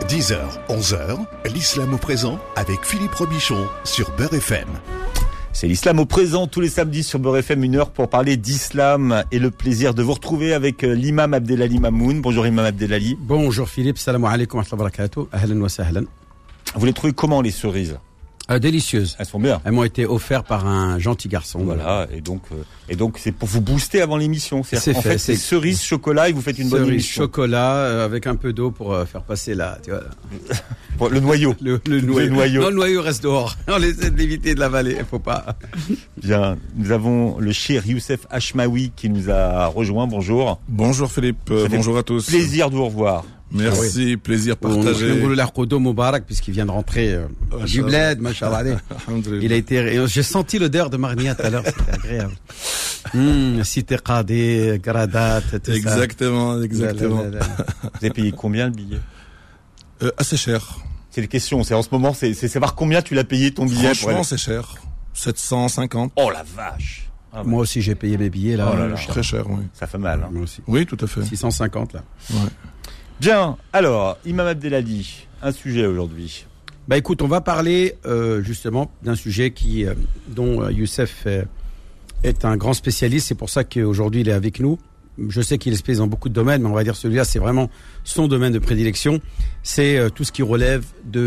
10h, 11h, l'islam au présent avec Philippe Robichon sur Beurre FM. C'est l'islam au présent tous les samedis sur Beurre FM, 1 heure pour parler d'islam et le plaisir de vous retrouver avec l'imam Abdelali Mamoun. Bonjour imam Abdelali. Bonjour Philippe, salam alaikum wa rahmatullahi wa barakatuh, ahlan wa sahlan. Vous les trouvez comment les cerises? Délicieuses. Elles sont bien. Elles m'ont été offertes par un gentil garçon. Voilà, et donc c'est pour vous booster avant l'émission. C'est en fait, c'est cerises, chocolat et vous faites une bonne émission. Cerise, chocolat, avec un peu d'eau pour faire passer tu vois. Le noyau. Le noyau. Non, le noyau reste dehors. On essaie de l'éviter de l'avaler, faut pas. Bien, nous avons le cheikh Youssef Hachmaoui qui nous a rejoint. Bonjour. Bonjour Philippe, bonjour à tous. Plaisir de vous revoir. Merci, plaisir partagé. On l'arcodo Moubarak puisqu'il vient de rentrer du bled, machallah. Il a été, j'ai senti l'odeur de Marnia tout à l'heure, c'était agréable. Cité Qadé, Gradat, tout exactement, ça. Exactement. Là. Vous avez payé combien le billet? Assez cher. C'est la question, c'est en ce moment, c'est savoir combien tu l'as payé ton billet. Franchement, c'est cher. 750. Oh la vache. Ah, moi aussi j'ai payé mes billets là. Oh là là. Très cher, oui. Ça fait mal. Hein. Moi aussi. Oui, tout à fait. 650 là. Ouais. Bien, alors, imam Abdelali, un sujet aujourd'hui. Bah écoute, on va parler justement d'un sujet dont Youssef est un grand spécialiste. C'est pour ça qu'aujourd'hui il est avec nous. Je sais qu'il est spécialiste dans beaucoup de domaines, mais on va dire celui-là, c'est vraiment son domaine de prédilection. C'est tout ce qui relève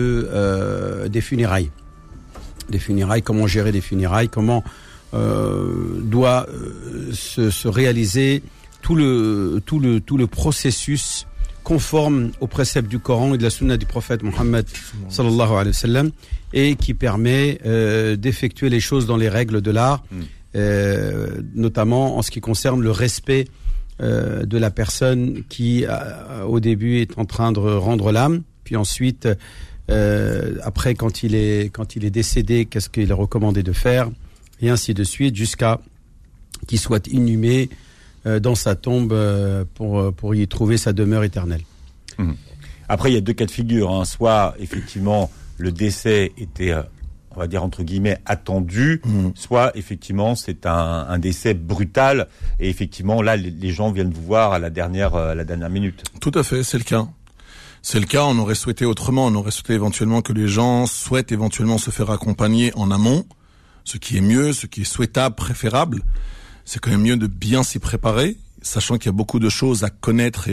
des funérailles. Des funérailles, comment gérer des funérailles, comment doit se réaliser tout le processus conforme aux préceptes du Coran et de la sunna du prophète Mohammed sallallahu alayhi wa sallam, et qui permet d'effectuer les choses dans les règles de l'art, notamment en ce qui concerne le respect de la personne qui au début est en train de rendre l'âme, puis ensuite après quand il est décédé, qu'est-ce qu'il est recommandé de faire, et ainsi de suite, jusqu'à qu'il soit inhumé dans sa tombe pour y trouver sa demeure éternelle. Après, il y a deux cas de figure. Hein. Soit, effectivement, le décès était, on va dire, entre guillemets, attendu. Soit, effectivement, c'est un décès brutal. Et effectivement, là, les gens viennent vous voir à la dernière minute. Tout à fait, c'est le cas. C'est le cas, on aurait souhaité autrement. On aurait souhaité éventuellement que les gens souhaitent éventuellement se faire accompagner en amont. Ce qui est mieux, ce qui est souhaitable, préférable. C'est quand même mieux de bien s'y préparer, sachant qu'il y a beaucoup de choses à connaître,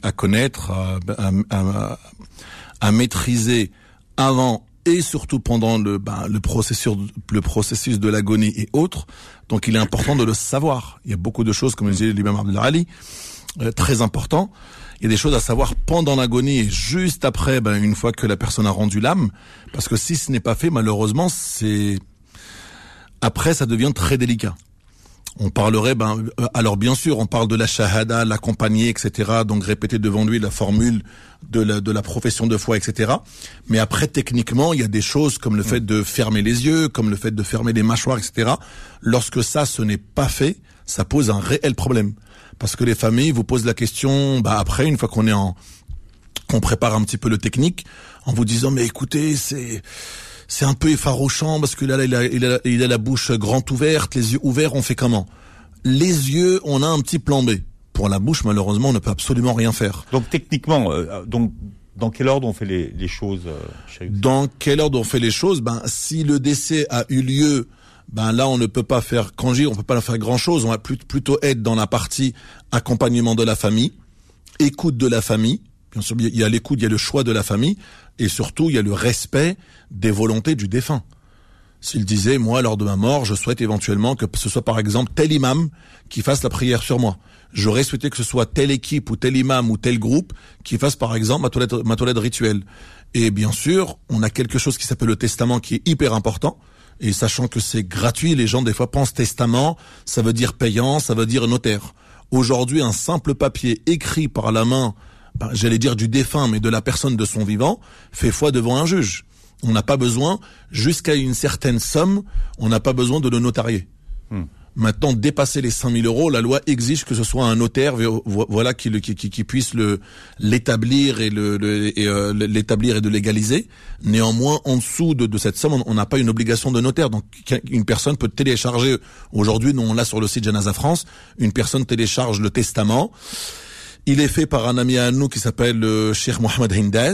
à maîtriser avant et surtout pendant le processus de l'agonie et autres. Donc il est important de le savoir. Il y a beaucoup de choses, comme disait l'imam Abdelali, très important. Il y a des choses à savoir pendant l'agonie et juste après, une fois que la personne a rendu l'âme. Parce que si ce n'est pas fait, malheureusement, après ça devient très délicat. On parlerait, alors bien sûr, on parle de la shahada, l'accompagner, etc. Donc répéter devant lui la formule de la profession de foi, etc. Mais après, techniquement, il y a des choses comme le fait de fermer les yeux, comme le fait de fermer les mâchoires, etc. Lorsque ce n'est pas fait, ça pose un réel problème. Parce que les familles vous posent la question, après, une fois qu'on prépare un petit peu le technique, en vous disant, mais écoutez, c'est un peu effarouchant parce que là il a la bouche grande ouverte, les yeux ouverts, on fait comment? Les yeux, on a un petit plan B. Pour la bouche, malheureusement, on ne peut absolument rien faire. Donc techniquement, dans quel ordre on fait les choses Dans quel ordre on fait les choses? Si le décès a eu lieu, là on ne peut pas faire on peut pas faire grand-chose. On va plutôt être dans la partie accompagnement de la famille, écoute de la famille. Bien sûr, il y a l'écoute, il y a le choix de la famille, et surtout, il y a le respect des volontés du défunt. S'il disait, moi, lors de ma mort, je souhaite éventuellement que ce soit, par exemple, tel imam qui fasse la prière sur moi. J'aurais souhaité que ce soit telle équipe ou tel imam ou tel groupe qui fasse, par exemple, ma toilette rituelle. Et bien sûr, on a quelque chose qui s'appelle le testament qui est hyper important. Et sachant que c'est gratuit, les gens, des fois, pensent testament, ça veut dire payant, ça veut dire notaire. Aujourd'hui, un simple papier écrit par la main, j'allais dire du défunt, mais de la personne de son vivant, fait foi devant un juge. On n'a pas besoin, jusqu'à une certaine somme, on n'a pas besoin de le notarier. Maintenant, dépasser les 5 000 euros, la loi exige que ce soit un notaire, voilà, qui puisse l'établir et l'établir et de légaliser. Néanmoins, en dessous de cette somme, on n'a pas une obligation de notaire. Donc, une personne peut télécharger. Aujourd'hui, nous on l'a sur le site Janaza France. Une personne télécharge le testament. Il est fait par un ami à nous qui s'appelle Cheikh Mohamed Hindaz,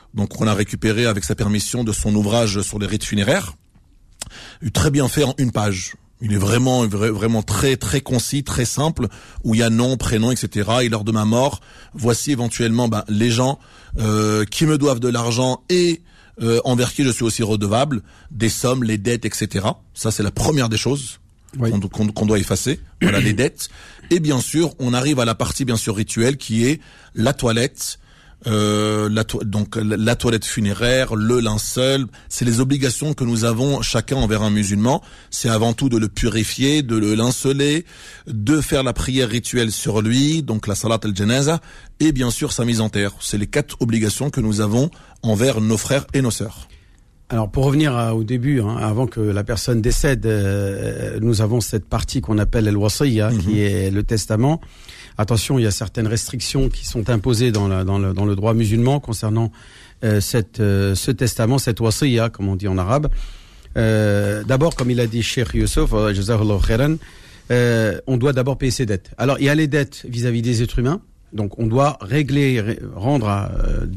Donc on a récupéré avec sa permission de son ouvrage sur les rites funéraires. Très bien fait en une page. Il est vraiment très très concis, très simple, où il y a nom, prénom, etc. Et lors de ma mort, voici éventuellement les gens qui me doivent de l'argent et envers qui je suis aussi redevable, des sommes, les dettes, etc. Ça c'est la première des choses qu'on doit effacer. Voilà les dettes. Et bien sûr, on arrive à la partie bien sûr rituelle qui est la toilette. Donc la toilette funéraire, le linceul, c'est les obligations que nous avons chacun envers un musulman. C'est avant tout de le purifier, de le linceler, de faire la prière rituelle sur lui, donc la salat al-janaza, et bien sûr sa mise en terre. C'est les 4 obligations que nous avons envers nos frères et nos sœurs. Alors pour revenir au début, avant que la personne décède, nous avons cette partie qu'on appelle al-wasiyya, qui est le testament. Attention, il y a certaines restrictions qui sont imposées dans le droit musulman concernant ce testament, cette wasiyya, comme on dit en arabe. D'abord, comme il a dit Cheikh Youssef, jazahullah khairan, on doit d'abord payer ses dettes. Alors, il y a les dettes vis-à-vis des êtres humains. Donc, on doit rendre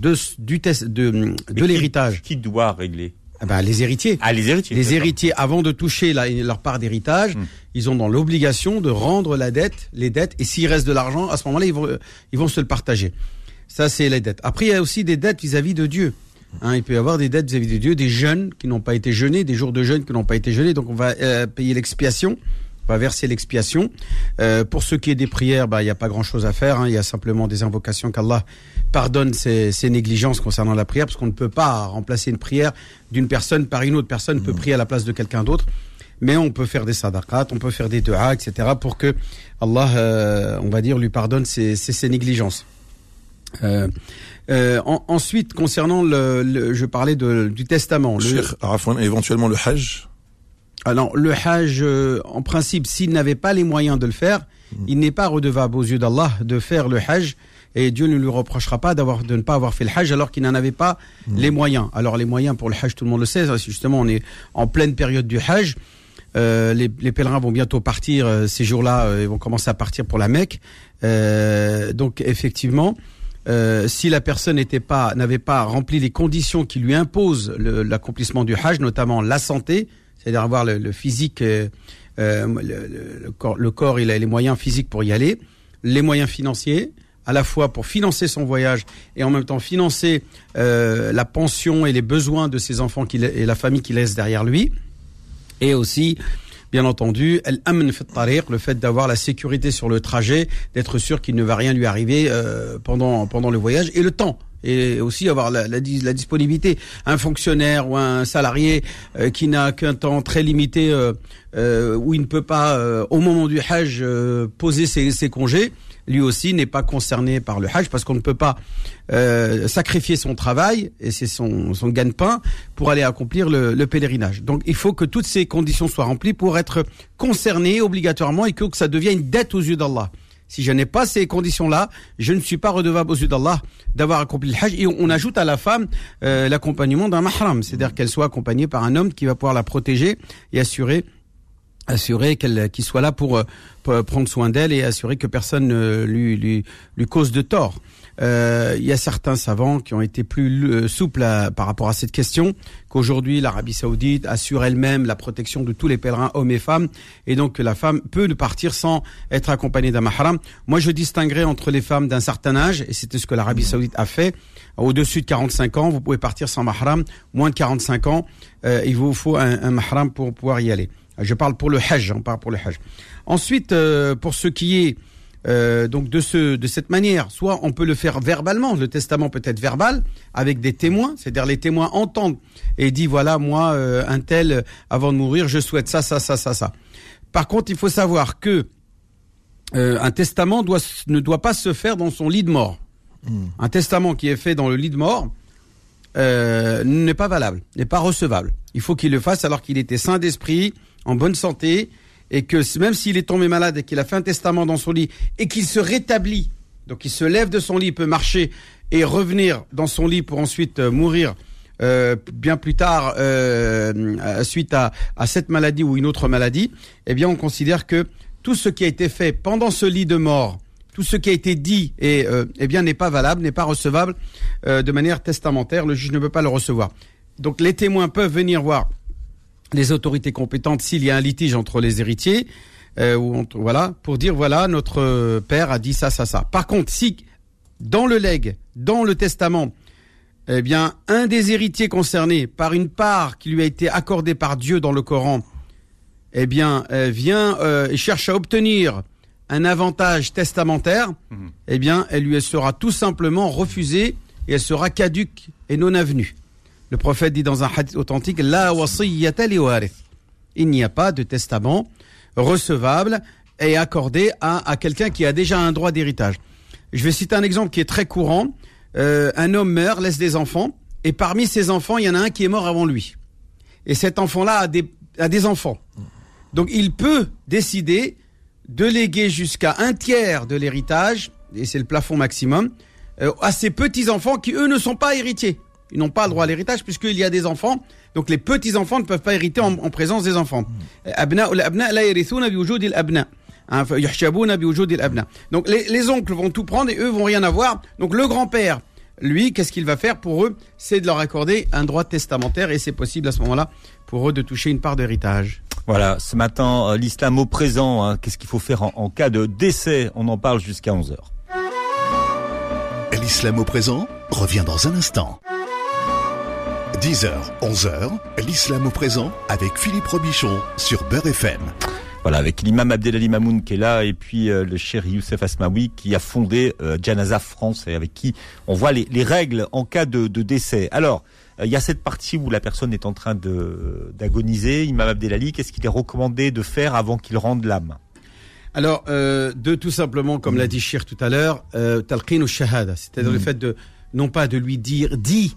de l'héritage. Qui doit régler? Les héritiers. Ah, les héritiers. Les héritiers, avant de toucher leur part d'héritage, ils ont dans l'obligation de rendre les dettes, et s'il reste de l'argent, à ce moment-là, ils vont se le partager. Ça, c'est les dettes. Après, il y a aussi des dettes vis-à-vis de Dieu. Il peut y avoir des dettes vis-à-vis de Dieu, des jeûnes qui n'ont pas été jeûnés, des jours de jeûne qui n'ont pas été jeûnés. Donc, on va payer l'expiation. On va verser l'expiation. Pour ce qui est des prières, il n'y a pas grand-chose à faire. Il y a simplement des invocations qu'Allah pardonne ses négligences concernant la prière, parce qu'on ne peut pas remplacer une prière d'une personne par une autre. Personne ne peut prier à la place de quelqu'un d'autre. Mais on peut faire des sadaqat, on peut faire des du'a, etc. pour que Allah, on va dire, lui pardonne ses négligences. Ensuite, concernant je parlais du testament. Éventuellement le hajj. Alors, le hajj, en principe, s'il n'avait pas les moyens de le faire, il n'est pas redevable aux yeux d'Allah de faire le hajj, et Dieu ne lui reprochera pas de ne pas avoir fait le hajj alors qu'il n'en avait pas les moyens. Alors, les moyens pour le hajj, tout le monde le sait, justement, on est en pleine période du hajj. Les pèlerins vont bientôt partir, ces jours-là, ils vont commencer à partir pour la Mecque. Donc, effectivement, si la personne n'avait pas rempli les conditions qui lui imposent l'accomplissement du hajj, notamment la santé, c'est-à-dire avoir le physique, le corps, il a les moyens physiques pour y aller, les moyens financiers, à la fois pour financer son voyage et en même temps financer la pension et les besoins de ses enfants et la famille qu'il laisse derrière lui, et aussi, bien entendu, al-amn fi at-tariq, le fait d'avoir la sécurité sur le trajet, d'être sûr qu'il ne va rien lui arriver pendant le voyage, et le temps. Et aussi avoir la disponibilité. Un fonctionnaire ou un salarié qui n'a qu'un temps très limité, où il ne peut pas, au moment du hajj, poser ses congés, lui aussi n'est pas concerné par le hajj, parce qu'on ne peut pas sacrifier son travail, et c'est son gagne-pain, pour aller accomplir le pèlerinage. Donc il faut que toutes ces conditions soient remplies pour être concerné obligatoirement, et que ça devienne une dette aux yeux d'Allah. Si je n'ai pas ces conditions-là, je ne suis pas redevable aux yeux d'Allah d'avoir accompli le hajj. Et on ajoute à la femme l'accompagnement d'un mahram, c'est-à-dire qu'elle soit accompagnée par un homme qui va pouvoir la protéger et assurer qu'il soit là pour prendre soin d'elle, et assurer que personne ne lui cause de tort. Il y a certains savants qui ont été plus souples par rapport à cette question, qu'aujourd'hui l'Arabie Saoudite assure elle-même la protection de tous les pèlerins, hommes et femmes, et donc que la femme peut partir sans être accompagnée d'un mahram. Moi, je distinguerai entre les femmes d'un certain âge, et c'était ce que l'Arabie Saoudite a fait. Au-dessus de 45 ans, vous pouvez partir sans mahram. Moins de 45 ans, il vous faut un mahram pour pouvoir y aller. Je parle pour le hajj, on parle pour le hajj. Ensuite, pour ce qui est donc de cette manière, soit on peut le faire verbalement, le testament peut être verbal, avec des témoins, c'est-à-dire les témoins entendent et disent voilà, moi, un tel, avant de mourir, je souhaite ça. Par contre, il faut savoir que un testament ne doit pas se faire dans son lit de mort. Un testament qui est fait dans le lit de mort n'est pas valable, n'est pas recevable. Il faut qu'il le fasse alors qu'il était sain d'esprit, en bonne santé, et que même s'il est tombé malade et qu'il a fait un testament dans son lit et qu'il se rétablit, donc il se lève de son lit, peut marcher et revenir dans son lit pour ensuite mourir bien plus tard suite à cette maladie ou une autre maladie, eh bien on considère que tout ce qui a été fait pendant ce lit de mort, tout ce qui a été dit eh bien n'est pas valable, n'est pas recevable de manière testamentaire. Le juge ne peut pas le recevoir. Donc les témoins peuvent venir voir les autorités compétentes s'il y a un litige entre les héritiers voilà, pour dire voilà, notre père a dit ça. Par contre, si dans le legs, dans le testament, eh bien un des héritiers concernés par une part qui lui a été accordée par Dieu dans le Coran, eh bien vient et cherche à obtenir un avantage testamentaire, eh bien elle lui sera tout simplement refusée et elle sera caduque et non avenue. Le prophète dit dans un hadith authentique, la wasiyyata li warith. Il n'y a pas de testament recevable et accordé à quelqu'un qui a déjà un droit d'héritage. Je vais citer un exemple qui est très courant. Un homme meurt, laisse des enfants, et parmi ces enfants, il y en a un qui est mort avant lui. Et cet enfant-là a des enfants. Donc il peut décider de léguer jusqu'à 1/3 de l'héritage, et c'est le plafond maximum, à ses petits-enfants qui, eux, ne sont pas héritiers. Ils n'ont pas le droit à l'héritage puisqu'il y a des enfants. Donc les petits-enfants ne peuvent pas hériter en présence des enfants. Donc les oncles vont tout prendre et eux vont rien avoir. Donc le grand-père, lui, qu'est-ce qu'il va faire pour eux? C'est de leur accorder un droit testamentaire et c'est possible à ce moment-là pour eux de toucher une part d'héritage. Voilà, ce matin, l'islam au présent, hein, qu'est-ce qu'il faut faire en cas de décès? On en parle jusqu'à 11h. L'islam au présent revient dans un instant. 10h, 11h, l'islam au présent avec Philippe Robichon sur Beurre FM. Voilà, avec l'imam Abdelali Mamoun qui est là et puis le cheikh Youssef Asmaoui qui a fondé Janaza France et avec qui on voit les règles en cas de décès. Alors, il y a cette partie où la personne est en train d'agoniser. Imam Abdelali, qu'est-ce qu'il est recommandé de faire avant qu'il rende l'âme? Alors, de tout simplement, comme l'a dit Cheikh tout à l'heure, talqin ou shahada, c'est-à-dire le fait de, non pas de lui dire, dis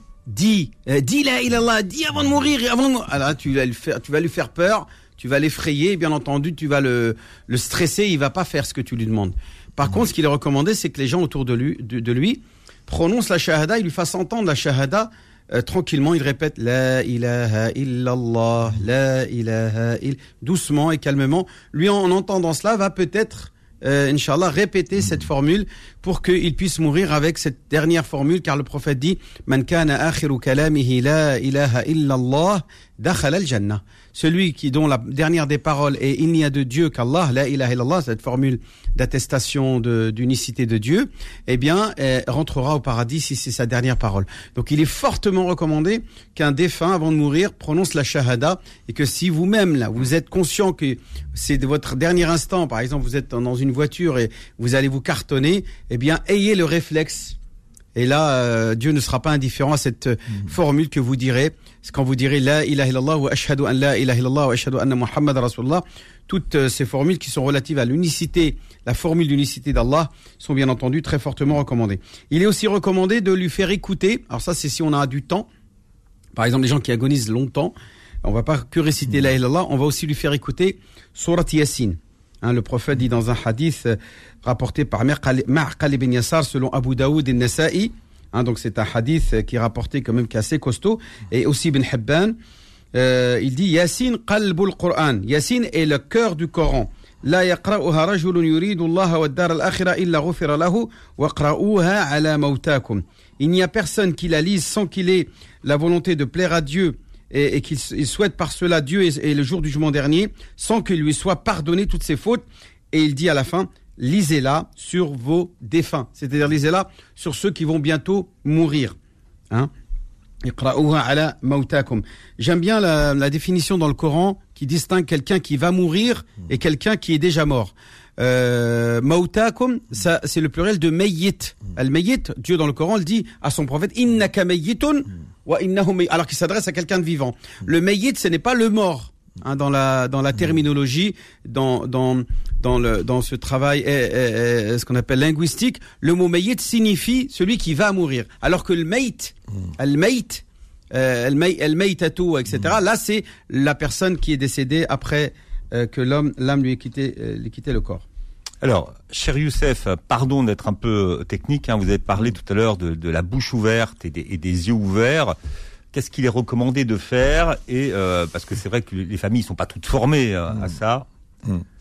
la ilallah, dis avant de mourir, alors tu vas lui faire peur, tu vas l'effrayer, bien entendu, tu vas le stresser, il va pas faire ce que tu lui demandes. Par contre, ce qu'il est recommandé, c'est que les gens autour de lui prononcent la shahada, ils lui fassent entendre la shahada, tranquillement, il répète la ilaha illallah, la ilaha illallah, doucement et calmement. Lui, en entendant cela, va peut-être Inch'Allah, répéter cette formule pour qu'il puisse mourir avec cette dernière formule, car le prophète dit Man kana akhiru kalamihi la ilaha illallah dakhala al-jannah. Celui dont la dernière des paroles est il n'y a de Dieu qu'Allah, la ilaha illallah, cette formule d'attestation d'unicité de Dieu, eh bien, rentrera au paradis si c'est sa dernière parole. Donc il est fortement recommandé qu'un défunt, avant de mourir, prononce la shahada, et que si vous-même, là, vous êtes conscient que c'est de votre dernier instant, par exemple, vous êtes dans une voiture et vous allez vous cartonner, eh bien, ayez le réflexe. Et là, Dieu ne sera pas indifférent à cette formule que vous direz. C'est quand vous direz La ilaha illallah wa ashhadu an la ilaha illallah wa ashhadu anna Muhammad Rasulullah. Toutes ces formules qui sont relatives à l'unicité, la formule d'unicité d'Allah, sont bien entendu très fortement recommandées. Il est aussi recommandé de lui faire écouter. Alors ça, c'est si on a du temps. Par exemple, les gens qui agonisent longtemps, on va pas que réciter La ilaha illallah, on va aussi lui faire écouter Surat Yasin. Le prophète dit dans un hadith rapporté par Ma'qal ibn Yasar selon Abu Daoud et Nasa'i, donc c'est un hadith qui est rapporté quand même qui est assez costaud, et aussi Ibn Hibban, il dit Yasin qalbul Qur'an. Yasin est le cœur du Coran. La yaqra'uha rajulun yuridu Allah wa ad-dar al-akhirah illa ghufira lahu wa qra'uha ala mawtakum. Il n'y a personne qui la lise sans qu'il ait la volonté de plaire à Dieu et qu'il souhaite par cela Dieu et le jour du jugement dernier, sans qu'il lui soit pardonné toutes ses fautes. Et il dit à la fin, lisez-la sur vos défunts. C'est-à-dire, lisez-la sur ceux qui vont bientôt mourir. Iqra'uha ala mawtakum. J'aime bien la définition dans le Coran qui distingue quelqu'un qui va mourir et quelqu'un qui est déjà mort. Mawtakum, ça, c'est le pluriel de mayyit. Al-mayyit, Dieu dans le Coran le dit à son prophète, innaka mayyitun wa innahum, alors qu'il s'adresse à quelqu'un de vivant. Le mayyit, ce n'est pas le mort. Dans la terminologie, dans ce travail, ce qu'on appelle linguistique, le mot mayyit signifie celui qui va mourir. Alors que le mayt, al-mayt, al-maytatu, etc. Là, c'est la personne qui est décédée après que l'âme lui ait quitté le corps. Alors, cher Youssef, pardon d'être un peu technique, vous avez parlé tout à l'heure de la bouche ouverte et des yeux ouverts. Qu'est-ce qu'il est recommandé de faire? Et parce que c'est vrai que les familles ne sont pas toutes formées à ça.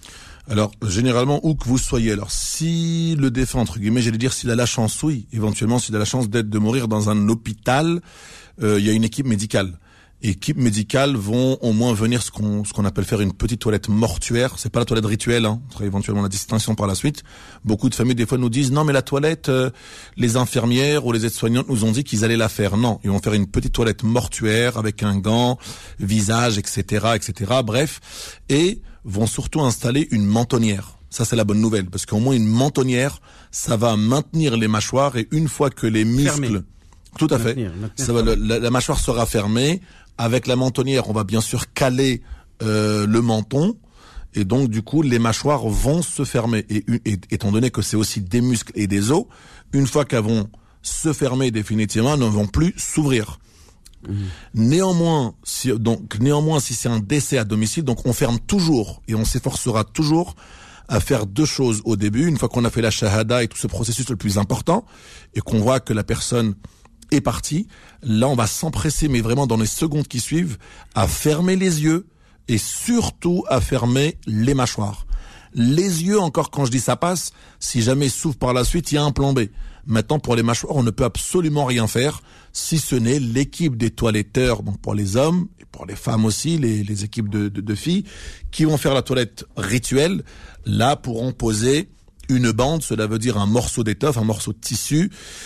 Alors, généralement, où que vous soyez, alors si le défunt, entre guillemets, j'allais dire, s'il a la chance, oui, éventuellement, s'il a la chance de mourir dans un hôpital, il y a une équipe médicale. Équipes médicales vont au moins venir ce qu'on appelle faire une petite toilette mortuaire. C'est pas la toilette rituelle, hein. On fera éventuellement la distinction par la suite. Beaucoup de familles, des fois, nous disent, non, mais la toilette, les infirmières ou les aides-soignantes nous ont dit qu'ils allaient la faire. Non, ils vont faire une petite toilette mortuaire avec un gant, visage, etc., etc., bref. Et vont surtout installer une mentonnière. Ça, c'est la bonne nouvelle. Parce qu'au moins, une mentonnière, ça va maintenir les mâchoires et une fois que les muscles... Fermé. Tout à fait. Ça va, la mâchoire sera fermée. Avec la mentonnière, on va bien sûr caler le menton. Et donc, du coup, les mâchoires vont se fermer. Et étant donné que c'est aussi des muscles et des os, une fois qu'elles vont se fermer définitivement, elles ne vont plus s'ouvrir. Néanmoins, si c'est un décès à domicile, donc on ferme toujours et on s'efforcera toujours à faire deux choses au début. Une fois qu'on a fait la shahada et tout ce processus le plus important et qu'on voit que la personne est partie, là on va s'empresser, mais vraiment dans les secondes qui suivent, à fermer les yeux et surtout à fermer les mâchoires. Les yeux, encore quand je dis ça passe, si jamais s'ouvre par la suite, il y a un plan B. Maintenant, pour les mâchoires, on ne peut absolument rien faire, si ce n'est l'équipe des toiletteurs, donc pour les hommes, et pour les femmes aussi, les équipes de filles, qui vont faire la toilette rituelle, là pourront poser une bande, cela veut dire un morceau d'étoffe, un morceau de tissu,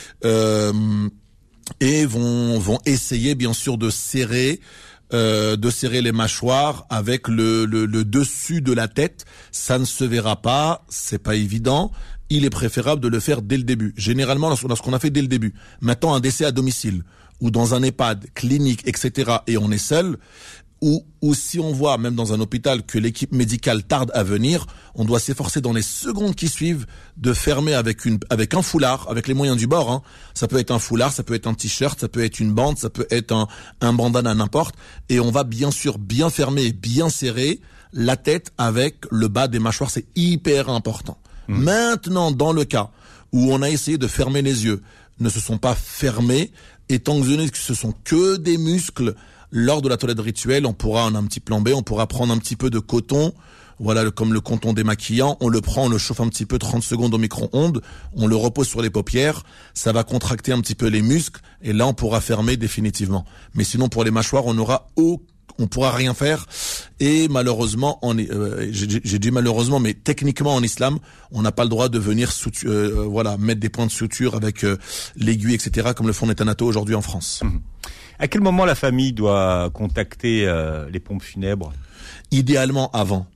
et vont essayer bien sûr de serrer les mâchoires avec le dessus de la tête. Ça ne se verra pas, c'est pas évident. Il est préférable de le faire dès le début. Généralement, lorsqu'on a fait dès le début. Maintenant, un décès à domicile ou dans un EHPAD, clinique, etc. et on est seul, ou si on voit, même dans un hôpital, que l'équipe médicale tarde à venir, on doit s'efforcer dans les secondes qui suivent de fermer avec un foulard, avec les moyens du bord, hein. Ça peut être un foulard, ça peut être un t-shirt, ça peut être une bande, ça peut être un bandana, n'importe. Et on va bien sûr bien fermer, bien serrer la tête avec le bas des mâchoires. C'est hyper important. Maintenant, dans le cas où on a essayé de fermer les yeux, ne se sont pas fermés, étant donné que ce sont que des muscles, lors de la toilette rituelle, on a un petit plan B, on pourra prendre un petit peu de coton, voilà, comme le coton démaquillant, on le prend, on le chauffe un petit peu 30 secondes au micro-ondes, on le repose sur les paupières, ça va contracter un petit peu les muscles, et là on pourra fermer définitivement. Mais sinon pour les mâchoires, on pourra rien faire, et malheureusement, j'ai dit malheureusement, mais techniquement en islam, on n'a pas le droit de venir mettre des points de suture avec l'aiguille, etc., comme le font les thanatos aujourd'hui en France. À quel moment la famille doit contacter les pompes funèbres ? Idéalement avant,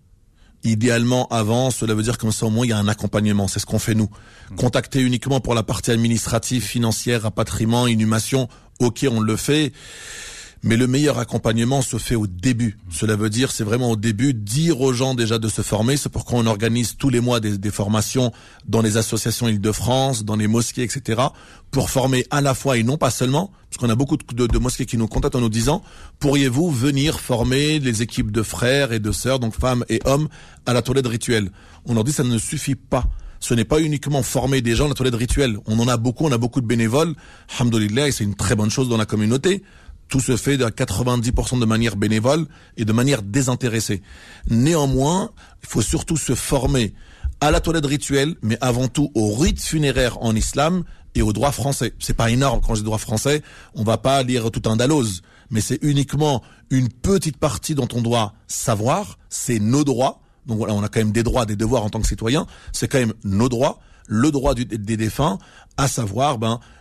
cela veut dire comme ça au moins il y a un accompagnement, c'est ce qu'on fait nous. Contacter uniquement pour la partie administrative, financière, rapatriement, inhumation, ok, on le fait. Mais le meilleur accompagnement se fait au début. Cela veut dire, c'est vraiment au début, dire aux gens déjà de se former. C'est pourquoi on organise tous les mois des formations dans les associations Île-de-France, dans les mosquées, etc. pour former à la fois et non pas seulement, parce qu'on a beaucoup de mosquées qui nous contactent en nous disant, pourriez-vous venir former les équipes de frères et de sœurs, donc femmes et hommes, à la toilette rituelle? On leur dit, ça ne suffit pas. Ce n'est pas uniquement former des gens à la toilette rituelle. On en a beaucoup, on a beaucoup de bénévoles. Alhamdoulilah, et c'est une très bonne chose dans la communauté. Tout se fait à 90% de manière bénévole et de manière désintéressée. Néanmoins, il faut surtout se former à la toilette rituelle, mais avant tout au rite funéraire en islam et au droit français. C'est pas énorme quand je dis droit français, on va pas lire tout un dalloz, mais c'est uniquement une petite partie dont on doit savoir, c'est nos droits. Donc voilà, on a quand même des droits, des devoirs en tant que citoyen, c'est quand même nos droits. Le droit des défunts, à savoir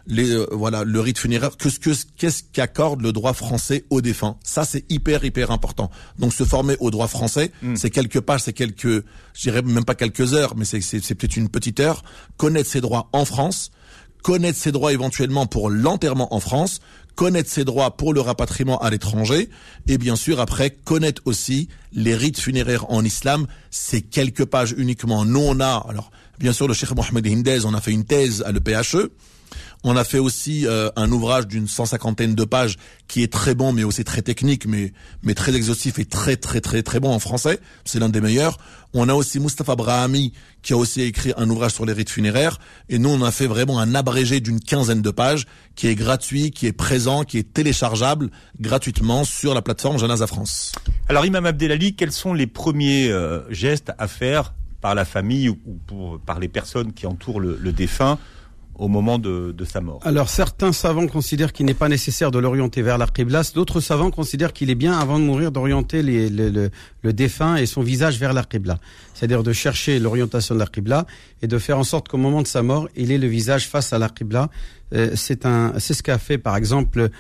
le rite funéraire, qu'est-ce qu'accorde le droit français aux défunts. Ça c'est hyper important. Donc se former au droit français, c'est quelques pages, je dirais même pas quelques heures, mais c'est peut-être une petite heure. Connaître ses droits en France, connaître ses droits éventuellement pour l'enterrement en France, connaître ses droits pour le rapatriement à l'étranger, et bien sûr après connaître aussi les rites funéraires en islam. C'est quelques pages uniquement. Nous on a, alors bien sûr le Cheikh Mohamed Hindez, on a fait une thèse à l'EPHE. On a fait aussi un ouvrage d'une 150aine de pages qui est très bon, mais aussi très technique, mais très exhaustif et très bon en français. C'est l'un des meilleurs. On a aussi Mustapha Brahami qui a aussi écrit un ouvrage sur les rites funéraires. Et nous, on a fait vraiment un abrégé d'une 15aine de pages qui est gratuit, qui est présent, qui est téléchargeable gratuitement sur la plateforme Janaza France. Alors Imam Abdelali, quels sont les premiers gestes à faire par la famille ou par les personnes qui entourent le défunt au moment de sa mort. Alors certains savants considèrent qu'il n'est pas nécessaire de l'orienter vers la Qibla, d'autres savants considèrent qu'il est bien avant de mourir d'orienter le défunt et son visage vers la Qibla. C'est-à-dire de chercher l'orientation de la Qibla et de faire en sorte qu'au moment de sa mort, il ait le visage face à la Qibla. C'est ce qu'a fait par exemple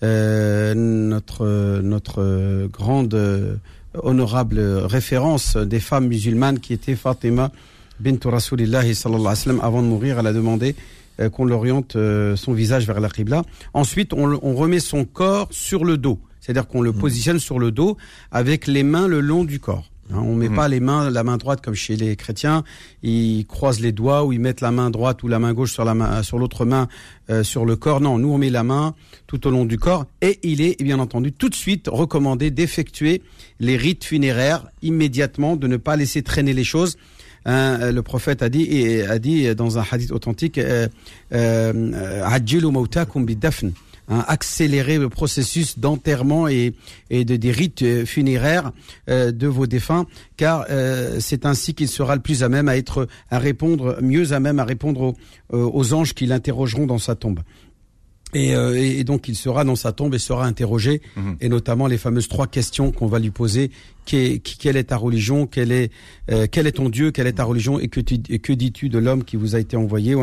notre grande honorable référence des femmes musulmanes qui était Fatima bint Rasulillahi sallallahu alayhi wa sallam. Avant de mourir, elle a demandé qu'on l'oriente son visage vers la Qibla. Ensuite, on remet son corps sur le dos. C'est-à-dire qu'on le positionne sur le dos avec les mains le long du corps. On met pas la main droite comme chez les chrétiens. Ils croisent les doigts ou ils mettent la main droite ou la main gauche sur l'autre main sur le corps. Non, nous on met la main tout au long du corps et il est bien entendu tout de suite recommandé d'effectuer les rites funéraires immédiatement, de ne pas laisser traîner les choses. Le prophète a dit dans un hadith authentique, Ajjilu mawtakum bid-dafn. Accélérer le processus d'enterrement et des rites funéraires de vos défunts, car c'est ainsi qu'il sera le plus à même mieux à même à répondre aux anges qui l'interrogeront dans sa tombe. Et donc il sera dans sa tombe et sera interrogé, et notamment les fameuses 3 questions qu'on va lui poser. Quelle est ta religion, quel est ton Dieu, quelle est ta religion, et que dis-tu de l'homme qui vous a été envoyé?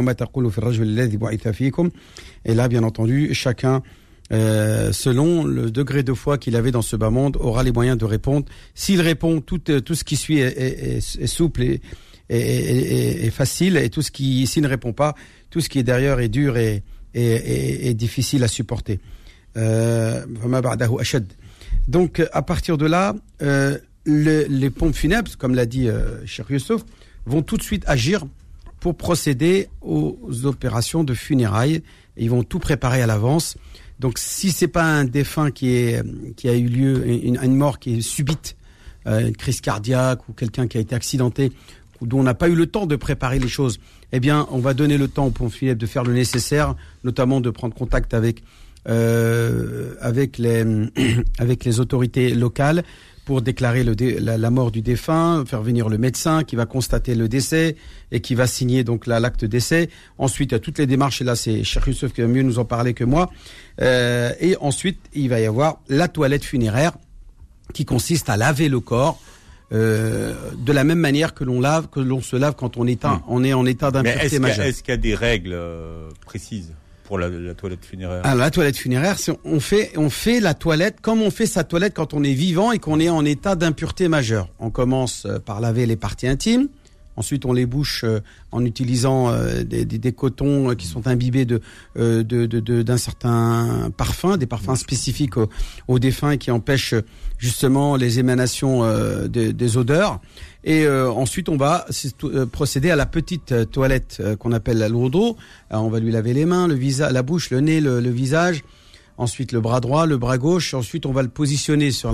Et là, bien entendu, chacun, selon le degré de foi qu'il avait dans ce bas monde, aura les moyens de répondre. S'il répond, tout ce qui suit est souple et facile, et s'il ne répond pas, tout ce qui est derrière est dur et difficile à supporter. Donc à partir de là, les pompes funèbres, comme l'a dit Cheikh Youssouf, vont tout de suite agir pour procéder aux opérations de funérailles. Ils vont tout préparer à l'avance. Donc si c'est pas un défunt qui a eu lieu, une mort qui est subite, une crise cardiaque ou quelqu'un qui a été accidenté, dont on n'a pas eu le temps de préparer les choses, eh bien, on va donner le temps aux pompes funèbres de faire le nécessaire, notamment de prendre contact avec les autorités locales pour déclarer la mort du défunt, faire venir le médecin qui va constater le décès et qui va signer donc l'acte décès. Ensuite, il y a toutes les démarches, et là c'est Cheikh Youssouf qui va mieux nous en parler que moi. Et ensuite, il va y avoir la toilette funéraire qui consiste à laver le corps. De la même manière que l'on se lave quand on est en état d'impureté majeure. Est-ce qu'il y a des règles précises pour la toilette funéraire? Alors, la toilette funéraire, on fait la toilette comme on fait sa toilette quand on est vivant et qu'on est en état d'impureté majeure. On commence par laver les parties intimes. Ensuite, on les bouche en utilisant des cotons qui sont imbibés d'un certain parfum, des parfums spécifiques aux défunts qui empêchent justement les émanations des odeurs. Et ensuite, on va procéder à la petite toilette qu'on appelle la lourdeau. On va lui laver les mains, le visage, la bouche, le nez, le visage. Ensuite, le bras droit, le bras gauche. Ensuite, on va le positionner sur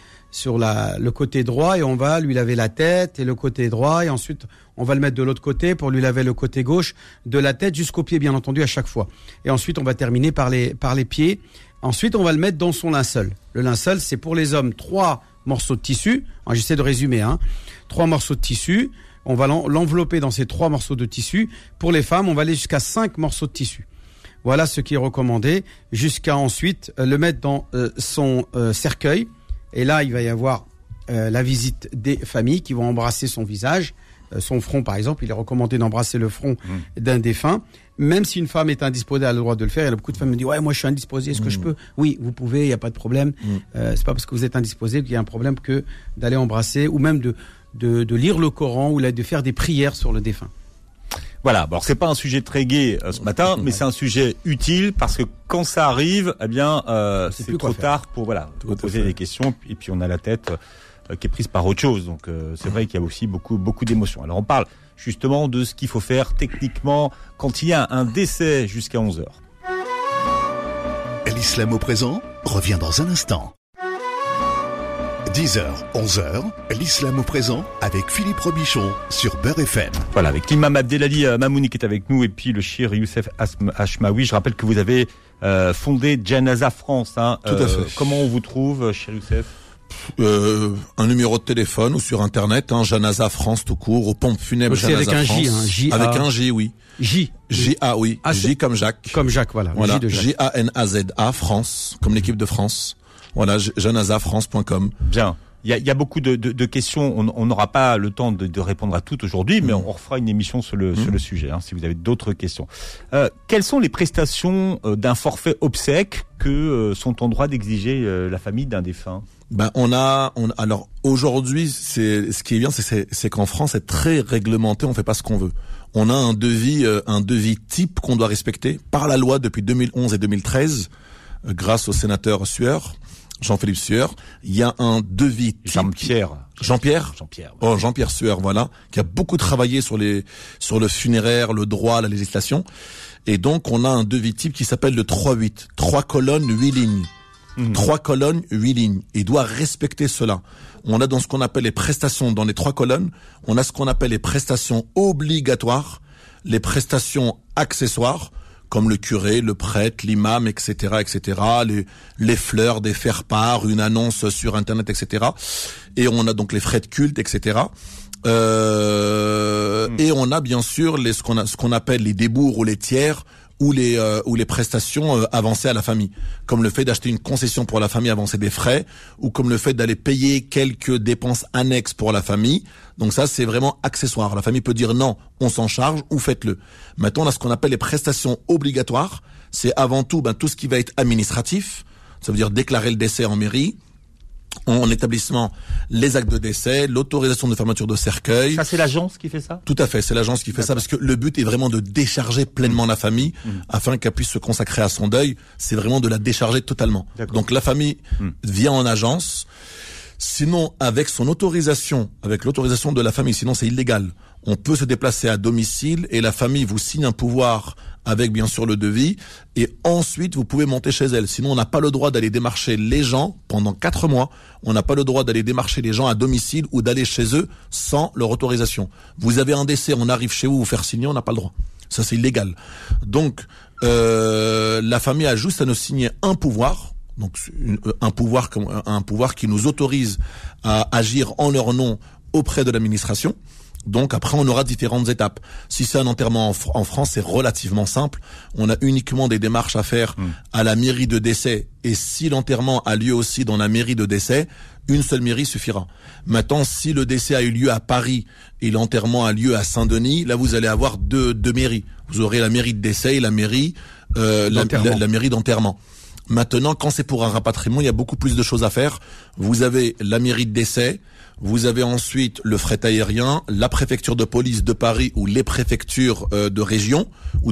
le côté droit et on va lui laver la tête et le côté droit, et ensuite on va le mettre de l'autre côté pour lui laver le côté gauche, de la tête jusqu'aux pieds bien entendu à chaque fois. Et ensuite on va terminer par les pieds. Ensuite on va le mettre dans son linceul. Le linceul, c'est pour les hommes 3 morceaux de tissu. J'essaie de résumer, 3 morceaux de tissu. On va l'envelopper dans ces 3 morceaux de tissu. Pour les femmes, on va aller jusqu'à 5 morceaux de tissu. Voilà ce qui est recommandé, jusqu'à ensuite le mettre dans son cercueil. Et là, il va y avoir la visite des familles qui vont embrasser son visage, son front par exemple. Il est recommandé d'embrasser le front d'un défunt. Même si une femme est indisposée, elle a le droit de le faire. Il y a beaucoup de femmes qui me disent « Ouais, moi je suis indisposée, est-ce que je peux ?» Oui, vous pouvez, il n'y a pas de problème. C'est pas parce que vous êtes indisposé qu'il y a un problème que d'aller embrasser ou même de lire le Coran ou de faire des prières sur le défunt. Voilà, bon, c'est pas un sujet très gai ce matin, mais c'est un sujet utile parce que quand ça arrive, eh bien, c'est trop tard pour vous poser des questions, et puis on a la tête qui est prise par autre chose. Donc c'est vrai qu'il y a aussi beaucoup d'émotions. Alors on parle justement de ce qu'il faut faire techniquement quand il y a un décès jusqu'à 11h. L'islam au présent revient dans un instant. 10h, 11h, l'islam au présent avec Philippe Robichon sur Beurre FM. Voilà, avec l'imam Abdelali Mamouni qui est avec nous et puis le Cheikh Youssef Hachmaoui. Je rappelle que vous avez fondé Janaza France. Tout à fait. Comment on vous trouve, Cheikh Youssef ? Un numéro de téléphone ou sur internet, Janaza France tout court, aux pompes funèbres Janaza avec France. un J, Avec un J, oui. J-A, oui. J comme Jacques. Comme Jacques, voilà. Voilà. J de Jacques. J-A-N-A-Z-A, France, comme l'équipe de France. Voilà, janazafrance.com. Bien. Il y a beaucoup de questions. On n'aura pas le temps de répondre à toutes aujourd'hui, mais on refera une émission sur le sujet, si vous avez d'autres questions. Quelles sont les prestations d'un forfait obsèques que sont en droit d'exiger la famille d'un défunt? Alors aujourd'hui, ce qui est bien, c'est qu'en France, c'est très réglementé. On fait pas ce qu'on veut. On a un devis type qu'on doit respecter par la loi depuis 2011 et 2013, grâce au sénateur Sueur. Jean-Philippe Sueur, il y a un devis type. Jean-Pierre. Oh, Jean-Pierre Sueur, voilà, qui a beaucoup travaillé sur le funéraire, le droit, la législation. Et donc, on a un devis type qui s'appelle le 3-8. 3 colonnes, 8 lignes. 3 colonnes, 8 lignes. Il doit respecter cela. On a dans ce qu'on appelle les prestations dans les 3 colonnes, on a ce qu'on appelle les prestations obligatoires, les prestations accessoires, comme le curé, le prêtre, l'imam, etc., etc., les fleurs, des faire-part, une annonce sur Internet, etc. Et on a donc les frais de culte, etc. Et on a bien sûr ce qu'on appelle les débours ou les tiers ou les prestations avancées à la famille, comme le fait d'acheter une concession pour la famille, avancer des frais, ou comme le fait d'aller payer quelques dépenses annexes pour la famille. Donc ça, c'est vraiment accessoire. La famille peut dire non, on s'en charge ou faites-le. Maintenant, on a ce qu'on appelle les prestations obligatoires. C'est avant tout tout ce qui va être administratif. Ça veut dire déclarer le décès en mairie, en établissement, les actes de décès, l'autorisation de fermeture de cercueil. Ça, c'est l'agence qui fait ça? Tout à fait, c'est l'agence qui fait ça, parce que le but est vraiment de décharger pleinement la famille afin qu'elle puisse se consacrer à son deuil. C'est vraiment de la décharger totalement. Donc la famille vient en agence. Sinon, avec son autorisation, avec l'autorisation de la famille, sinon c'est illégal. On peut se déplacer à domicile et la famille vous signe un pouvoir avec bien sûr le devis et ensuite vous pouvez monter chez elle. Sinon on n'a pas le droit d'aller démarcher les gens pendant 4 mois. On n'a pas le droit d'aller démarcher les gens à domicile ou d'aller chez eux sans leur autorisation. Vous avez un décès, on arrive chez vous faire signer, on n'a pas le droit. Ça c'est illégal. Donc la famille a juste à nous signer un pouvoir. Donc un pouvoir qui nous autorise à agir en leur nom auprès de l'administration. Donc après on aura différentes étapes. Si c'est un enterrement en France, c'est relativement simple. On a uniquement des démarches à faire à la mairie de décès, et si l'enterrement a lieu aussi dans la mairie de décès, une seule mairie suffira. Maintenant, si le décès a eu lieu à Paris et l'enterrement a lieu à Saint-Denis, là vous allez avoir deux mairies. Vous aurez la mairie de décès et la mairie la mairie d'enterrement. Maintenant, quand c'est pour un rapatriement, il y a beaucoup plus de choses à faire. Vous avez la mairie de décès, vous avez ensuite le fret aérien, la préfecture de police de Paris ou les préfectures de région ou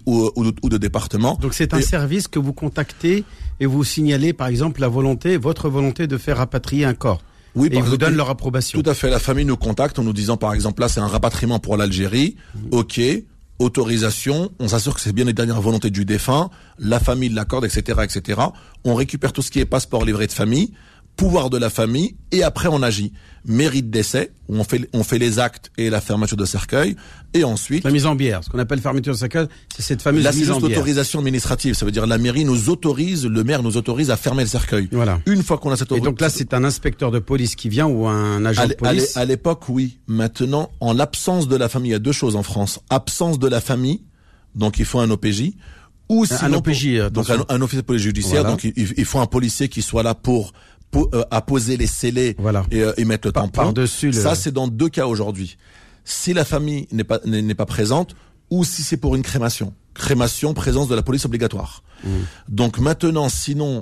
de département. Donc c'est un service que vous contactez et vous signalez par exemple votre volonté de faire rapatrier un corps. Oui, et ils vous donnent leur approbation. Tout à fait. La famille nous contacte en nous disant par exemple là c'est un rapatriement pour l'Algérie. Ok. Autorisation, on s'assure que c'est bien les dernières volontés du défunt, la famille l'accorde, etc., etc. On récupère tout ce qui est passeport, livret de famille, pouvoir de la famille, et après on agit. Mairie de décès, où on fait les actes et la fermeture de cercueil, et ensuite... La mise en bière, ce qu'on appelle fermeture de cercueil, c'est cette fameuse mise en bière. Là, c'est l'autorisation administrative, ça veut dire la mairie nous autorise, le maire nous autorise à fermer le cercueil. Voilà. Une fois qu'on a cette autorisation... Et donc là, c'est un inspecteur de police qui vient ou un agent de police? À l'époque, oui. Maintenant, en l'absence de la famille, il y a 2 choses en France. Absence de la famille, donc il faut un OPJ, ou sinon... Un OPJ, donc un officier de police judiciaire, voilà. Donc il faut un policier qui soit là pour apposer les scellés et mettre le tampon. Par-dessus Ça, c'est dans 2 cas aujourd'hui. Si la famille n'est pas présente, ou si c'est pour une crémation. Crémation, présence de la police obligatoire. Donc maintenant, sinon,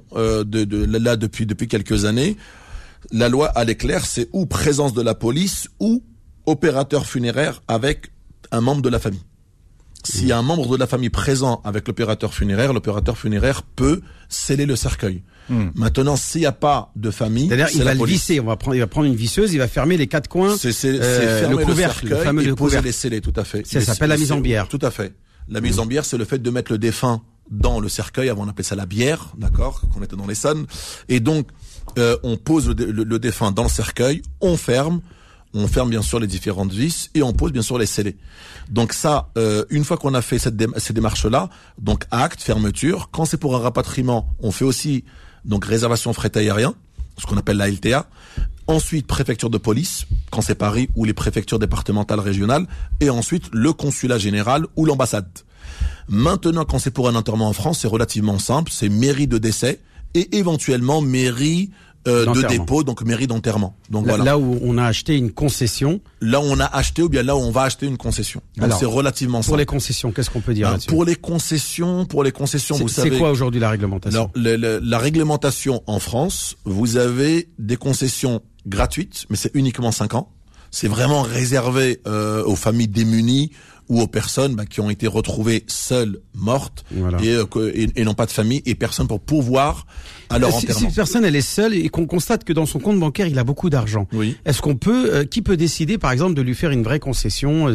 là depuis quelques années, la loi elle est claire, c'est ou présence de la police ou opérateur funéraire avec un membre de la famille. S'il y a un membre de la famille présent avec l'opérateur funéraire peut sceller le cercueil. Maintenant, s'il n'y a pas de famille, c'est-à-dire il va le visser, il va prendre une visseuse, il va fermer les 4 coins, c'est fermer le couvercle, le fameux et poser les scellés, tout à fait. Ça s'appelle la mise en bière. Tout à fait. La mise en bière, c'est le fait de mettre le défunt dans le cercueil. Avant, on appelait ça la bière, d'accord, qu'on était dans l'Essonne. Et donc, on pose le défunt dans le cercueil, on ferme bien sûr les différentes vis et on pose bien sûr les scellés. Donc ça, une fois qu'on a fait ces démarches-là, donc acte, fermeture. Quand c'est pour un rapatriement, on fait aussi donc réservation fret aérien. ce qu'on appelle la LTA. Ensuite, préfecture de police, quand c'est Paris, ou les préfectures départementales, régionales. Et ensuite, le consulat général ou l'ambassade. Maintenant, quand c'est pour un enterrement en France, c'est relativement simple. C'est mairie de décès et éventuellement mairie de dépôt, donc mairie d'enterrement. Donc là où on a acheté une concession. Là où on a acheté ou bien là où on va acheter une concession. Donc alors, c'est relativement simple. Pour les concessions, qu'est-ce qu'on peut dire là-dessus ? Pour les concessions, vous savez. C'est quoi aujourd'hui la réglementation ? Alors, la réglementation en France, vous avez des concessions gratuites, mais c'est uniquement 5 ans. C'est vraiment réservé aux familles démunies ou aux personnes qui ont été retrouvées seules, mortes, voilà. et n'ont pas de famille et personne pour pourvoir à leur enterrement. Si une personne elle est seule et qu'on constate que dans son compte bancaire il a beaucoup d'argent, oui. Est-ce qu'on peut, qui peut décider par exemple de lui faire une vraie concession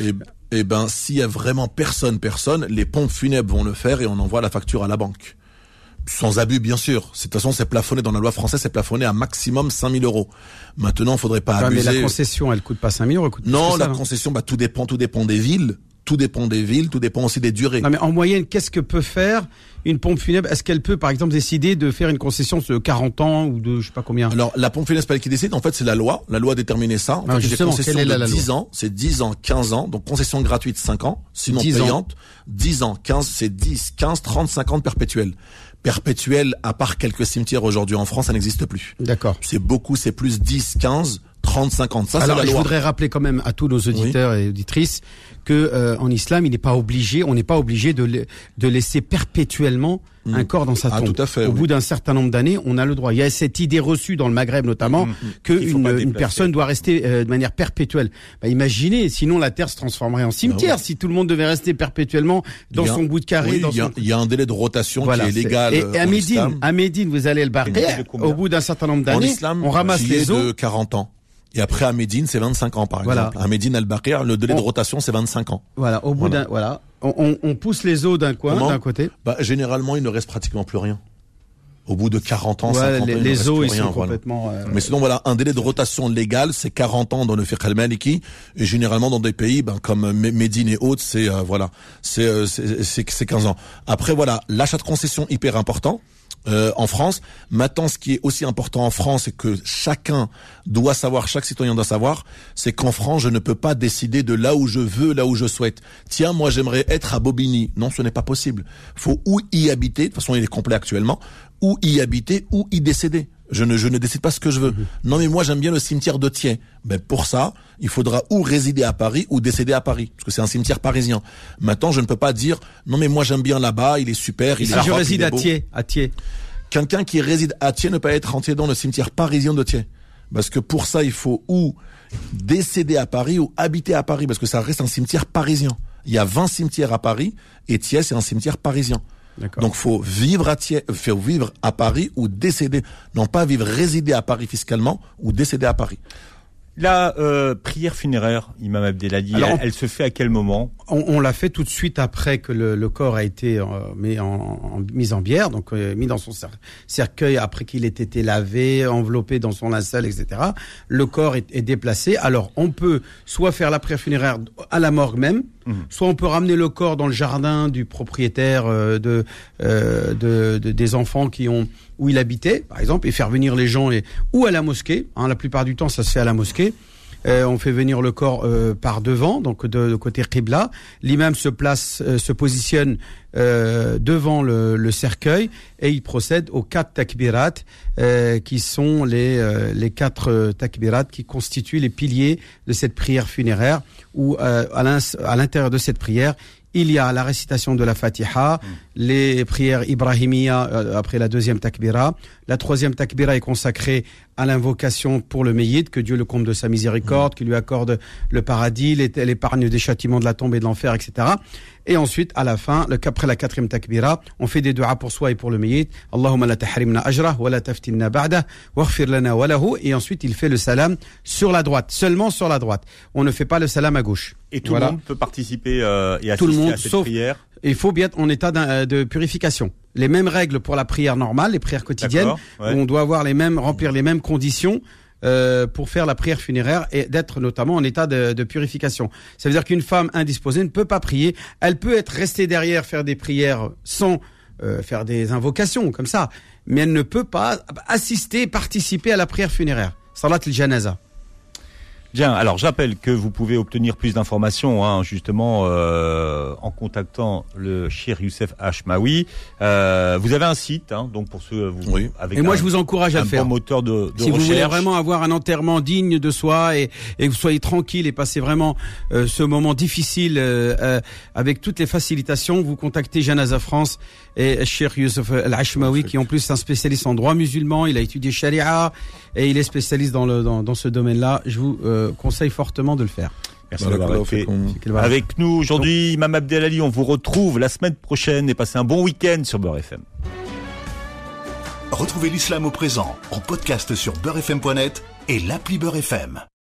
Eh ben, s'il y a vraiment personne, les pompes funèbres vont le faire et on envoie la facture à la banque. Sans abus, bien sûr. De toute façon, c'est plafonné dans la loi française, c'est plafonné à maximum 5 000 €. Maintenant, il faudrait pas abuser. Mais la concession, elle coûte pas 5 000 €, elle coûte plus non, que ça, la concession, tout dépend des villes. Tout dépend aussi des durées. Non, mais en moyenne, qu'est-ce que peut faire une pompe funèbre ? Est-ce qu'elle peut, par exemple, décider de faire une concession de 40 ans ou de je sais pas combien ? Alors, la pompe funèbre, c'est pas elle qui décide. En fait, c'est la loi. La loi a déterminé ça. En fait, justement, des concessions de 10 ans. C'est 10 ans, 15 ans. Donc, concession gratuite, 5 ans. Sinon 10 payante. 10 ans, 15, c'est 10, 15, 30, 50 perpétuels. Perpétuel, à part quelques cimetières aujourd'hui en France, ça n'existe plus. D'accord. C'est plus 10, 15, 30, 50. Ça, alors, c'est la loi. Je voudrais rappeler quand même à tous nos auditeurs et auditrices que en islam, on n'est pas obligé de laisser perpétuellement un corps dans sa tombe. Tout à fait, Au bout d'un certain nombre d'années, on a le droit. Il y a cette idée reçue dans le Maghreb notamment qu'une personne doit rester de manière perpétuelle. Imaginez, sinon la terre se transformerait en cimetière si tout le monde devait rester perpétuellement dans son bout de carré. Il y a un délai de rotation qui est légal. Et à Médine, vous allez le barrer. Au bout d'un certain nombre d'années, on ramasse les os de 40 ans. Et après, à Médine, c'est 25 ans, par exemple. À Médine, Al-Baqir, le délai de rotation, c'est 25 ans. Voilà. Au bout on pousse les os d'un côté. Généralement, il ne reste pratiquement plus rien. Au bout de 40 ans, 50 ans, les os, ils sont voilà. complètement... Mais sinon, un délai de rotation légal, c'est 40 ans dans le fiqh al-maliki. Et généralement, dans des pays, comme Médine et autres, c'est 15 ans. Après, l'achat de concession, hyper important. En France. Maintenant, ce qui est aussi important en France et que chacun doit savoir, chaque citoyen doit savoir, c'est qu'en France, je ne peux pas décider de là où je veux, là où je souhaite. Tiens, moi, j'aimerais être à Bobigny. Non, ce n'est pas possible. Faut ou y habiter, de toute façon, il est complet actuellement, ou y habiter, ou y décéder. Je ne décide pas ce que je veux. Non, mais moi, j'aime bien le cimetière de Thiers. Pour ça, il faudra ou résider à Paris ou décéder à Paris. Parce que c'est un cimetière parisien. Maintenant, je ne peux pas dire, non, mais moi, j'aime bien là-bas, il est super, il est je réside à Thiers. Quelqu'un qui réside à Thiers ne peut pas être entier dans le cimetière parisien de Thiers. Parce que pour ça, il faut ou décéder à Paris ou habiter à Paris. Parce que ça reste un cimetière parisien. Il y a 20 cimetières à Paris et Thiers, c'est un cimetière parisien. D'accord. Donc, faut vivre à Paris ou décéder. Non pas résider à Paris fiscalement ou décéder à Paris. La prière funéraire, Imam Abdelhadi, elle se fait à quel moment ? On l'a fait tout de suite après que le corps a été mis en bière, donc mis dans son cercueil après qu'il ait été lavé, enveloppé dans son linceul, etc. Le corps est déplacé. Alors, on peut soit faire la prière funéraire à la morgue même, soit on peut ramener le corps dans le jardin du propriétaire des enfants où il habitait, par exemple, et faire venir les gens ou à la mosquée. La plupart du temps, ça se fait à la mosquée. On fait venir le corps par devant, donc de côté Qibla. L'imam se positionne devant le cercueil et il procède aux 4 takbirat qui sont les 4 takbirat qui constituent les piliers de cette prière funéraire où à l'intérieur de cette prière il y a la récitation de la Fatiha, les prières Ibrahimiya après la 2e takbira. La 3e takbira est consacrée à l'invocation pour le Meyyit, que Dieu le comble de sa miséricorde, qu'il lui accorde le paradis, l'épargne des châtiments de la tombe et de l'enfer, etc. Et ensuite, à la fin, après la 4e takbira, on fait des duas pour soi et pour le Meyyit. Allahumma la tahrimna ajrah, wa la taftinna ba'dah, waghfir lana wa lahu. Et ensuite, il fait le salam sur la droite, seulement sur la droite. On ne fait pas le salam à gauche. Et tout le monde peut participer et assister à cette prière. Il faut bien être en état de purification. Les mêmes règles pour la prière normale, les prières quotidiennes, où on doit remplir les mêmes conditions pour faire la prière funéraire et d'être notamment en état de purification. Ça veut dire qu'une femme indisposée ne peut pas prier. Elle peut être restée derrière, faire des prières sans faire des invocations comme ça, mais elle ne peut pas participer à la prière funéraire. Salat al-janaza. Bien, alors j'appelle que vous pouvez obtenir plus d'informations justement en contactant le Cheikh Youssef Hachmaoui. Vous avez un site, donc pour ceux avec et moi je vous encourage à le faire. Bon moteur de si recherche. Vous voulez vraiment avoir un enterrement digne de soi et que vous soyez tranquille et passer vraiment ce moment difficile avec toutes les facilitations, vous contactez Janaza France et Cheikh Youssef Hachmaoui qui en plus est un spécialiste en droit musulman, il a étudié Sharia et il est spécialiste dans ce domaine-là. Je vous conseille fortement de le faire. Merci d'avoir été avec nous aujourd'hui. Imam Abdelali, on vous retrouve la semaine prochaine et passez un bon week-end sur Beurre FM. Retrouvez l'islam au présent en podcast sur beurrefm.net et l'appli Beurre FM.